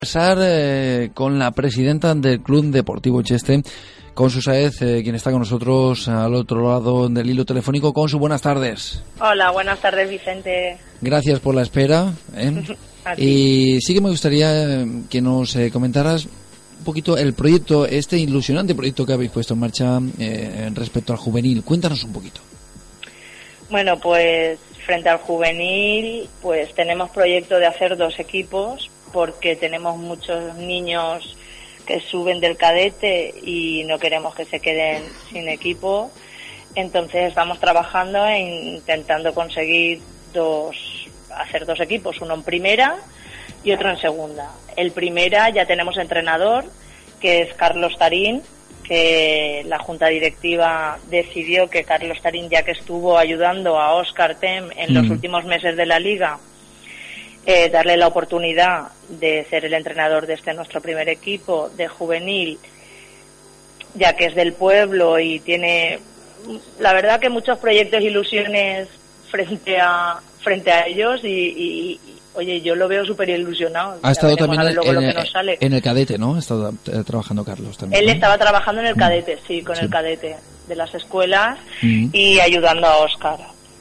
Con la presidenta del Club Deportivo Cheste, Consu Sáez, quien está con nosotros al otro lado del hilo telefónico. Consu, buenas tardes. Hola, buenas tardes, Vicente. Gracias por la espera. Y sí que me gustaría que nos comentaras un poquito el proyecto, este ilusionante proyecto que habéis puesto en marcha respecto al juvenil. Cuéntanos un poquito. Bueno, pues frente al juvenil, pues tenemos proyecto de hacer 2 equipos, porque tenemos muchos niños que suben del cadete y no queremos que se queden sin equipo. Entonces estamos trabajando en intentando conseguir hacer 2 equipos, uno en primera y otro en segunda. El primera ya tenemos entrenador, que es Carlos Tarín, que la junta directiva decidió que Carlos Tarín, ya que estuvo ayudando a Óscar Tem en los últimos meses de la liga, darle la oportunidad de ser el entrenador de nuestro primer equipo de juvenil, ya que es del pueblo y tiene, la verdad, que muchos proyectos e ilusiones frente a ellos y oye, yo lo veo súper ilusionado. Ha estado también en el cadete, ¿no? Ha estado trabajando Carlos también. Él estaba trabajando en el cadete, sí, con el cadete de las escuelas y ayudando a Óscar.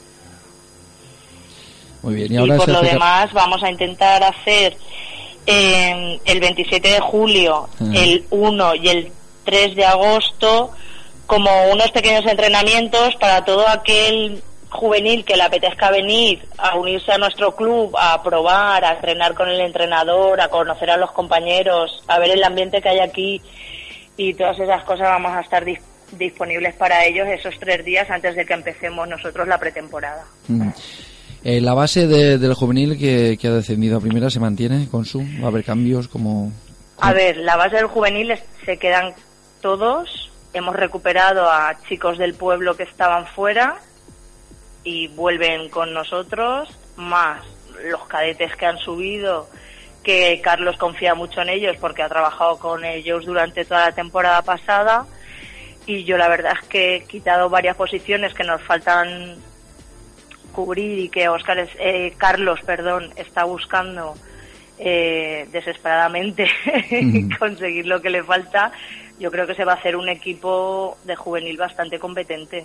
Muy bien. Y por lo demás vamos a intentar hacer el 27 de julio, el 1 y el 3 de agosto como unos pequeños entrenamientos para todo aquel juvenil que le apetezca venir a unirse a nuestro club, a probar, a entrenar con el entrenador, a conocer a los compañeros, a ver el ambiente que hay aquí y todas esas cosas. Vamos a estar disponibles para ellos esos 3 días antes de que empecemos nosotros la pretemporada. La base del juvenil que ha descendido a primera se mantiene, Consu. ¿Va a haber cambios como...? A ver, la base del juvenil se quedan todos. Hemos recuperado a chicos del pueblo que estaban fuera y vuelven con nosotros, más los cadetes que han subido, que Carlos confía mucho en ellos porque ha trabajado con ellos durante toda la temporada pasada. Y yo la verdad es que he quitado varias posiciones que nos faltan cubrir y que Carlos está buscando desesperadamente conseguir lo que le falta. Yo creo que se va a hacer un equipo de juvenil bastante competente.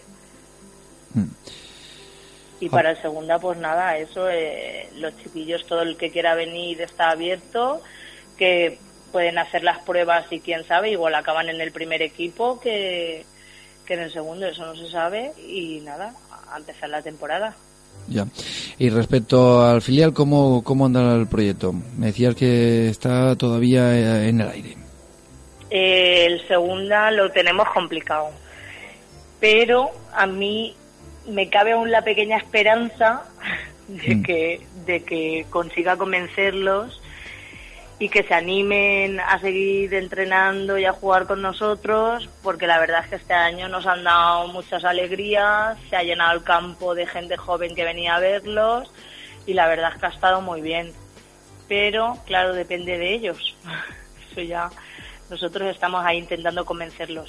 Y para el segunda, pues nada, eso, los chiquillos, todo el que quiera venir está abierto, que pueden hacer las pruebas y quién sabe, igual acaban en el primer equipo que en el segundo, eso no se sabe. Y nada, a empezar la temporada. Ya. Y respecto al filial, ¿cómo anda el proyecto? Me decías que está todavía en el aire. El segunda lo tenemos complicado, pero a mí me cabe aún la pequeña esperanza de que consiga convencerlos y que se animen a seguir entrenando y a jugar con nosotros, porque la verdad es que este año nos han dado muchas alegrías, se ha llenado el campo de gente joven que venía a verlos y la verdad es que ha estado muy bien. Pero, claro, depende de ellos. Eso ya, nosotros estamos ahí intentando convencerlos,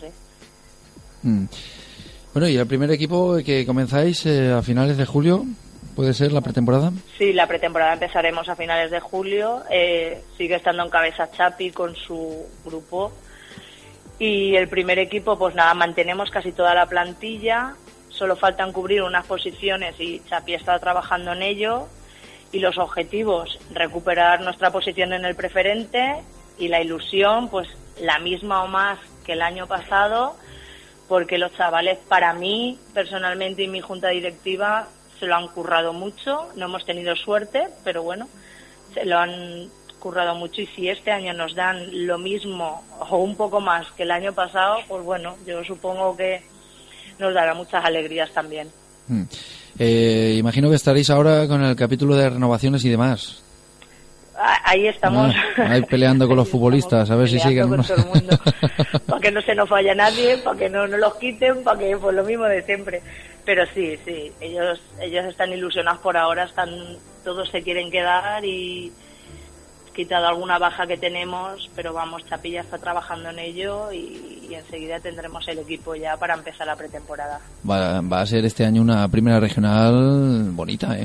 Bueno, ¿y el primer equipo que comenzáis a finales de julio? ¿Puede ser la pretemporada? Sí, la pretemporada empezaremos a finales de julio. Sigue estando en cabeza Chapi con su grupo. Y el primer equipo, pues nada, mantenemos casi toda la plantilla. Solo faltan cubrir unas posiciones y Chapi está trabajando en ello. Y los objetivos, recuperar nuestra posición en el preferente y la ilusión, pues la misma o más que el año pasado, porque los chavales, para mí, personalmente, y mi junta directiva, se lo han currado mucho. No hemos tenido suerte, pero bueno, se lo han currado mucho y si este año nos dan lo mismo o un poco más que el año pasado, pues bueno, yo supongo que nos dará muchas alegrías también. Imagino que estaréis ahora con el capítulo de renovaciones y demás. Ahí estamos. Ahí peleando con los futbolistas, a ver si siguen. Con todo el mundo, para que no se nos vaya nadie, para que no nos los quiten, para que pues lo mismo de siempre. Pero sí, ellos están ilusionados por ahora, todos se quieren quedar y quitado alguna baja que tenemos, pero vamos, Chapilla está trabajando en ello y enseguida tendremos el equipo ya para empezar la pretemporada. Va a ser este año una primera regional bonita, ¿eh?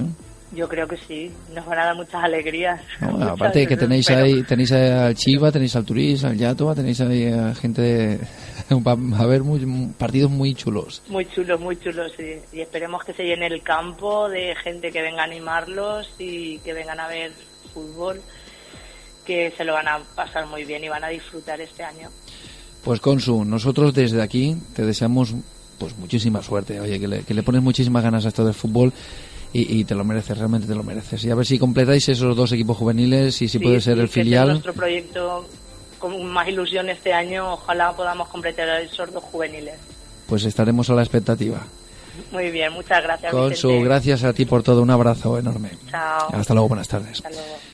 Yo creo que sí, nos van a dar muchas alegrías. No, aparte de que tenéis al Chiva, tenéis al Turís, al Yatoa, tenéis ahí a gente va a haber partidos muy chulos. Muy chulos, sí. Y esperemos que se llene el campo de gente que venga a animarlos y que vengan a ver fútbol, que se lo van a pasar muy bien y van a disfrutar este año. Pues Consu, nosotros desde aquí te deseamos pues muchísima suerte, oye, que le pones muchísimas ganas a esto del fútbol. Y te lo mereces, realmente te lo mereces. Y a ver si completáis esos 2 equipos juveniles y si puede ser el filial. Es nuestro proyecto con más ilusión este año. Ojalá podamos completar esos 2 juveniles. Pues estaremos a la expectativa. Muy bien, muchas gracias, Consu, Vicente. gracias a ti por todo. Un abrazo enorme. Chao. Hasta luego, buenas tardes. Hasta luego.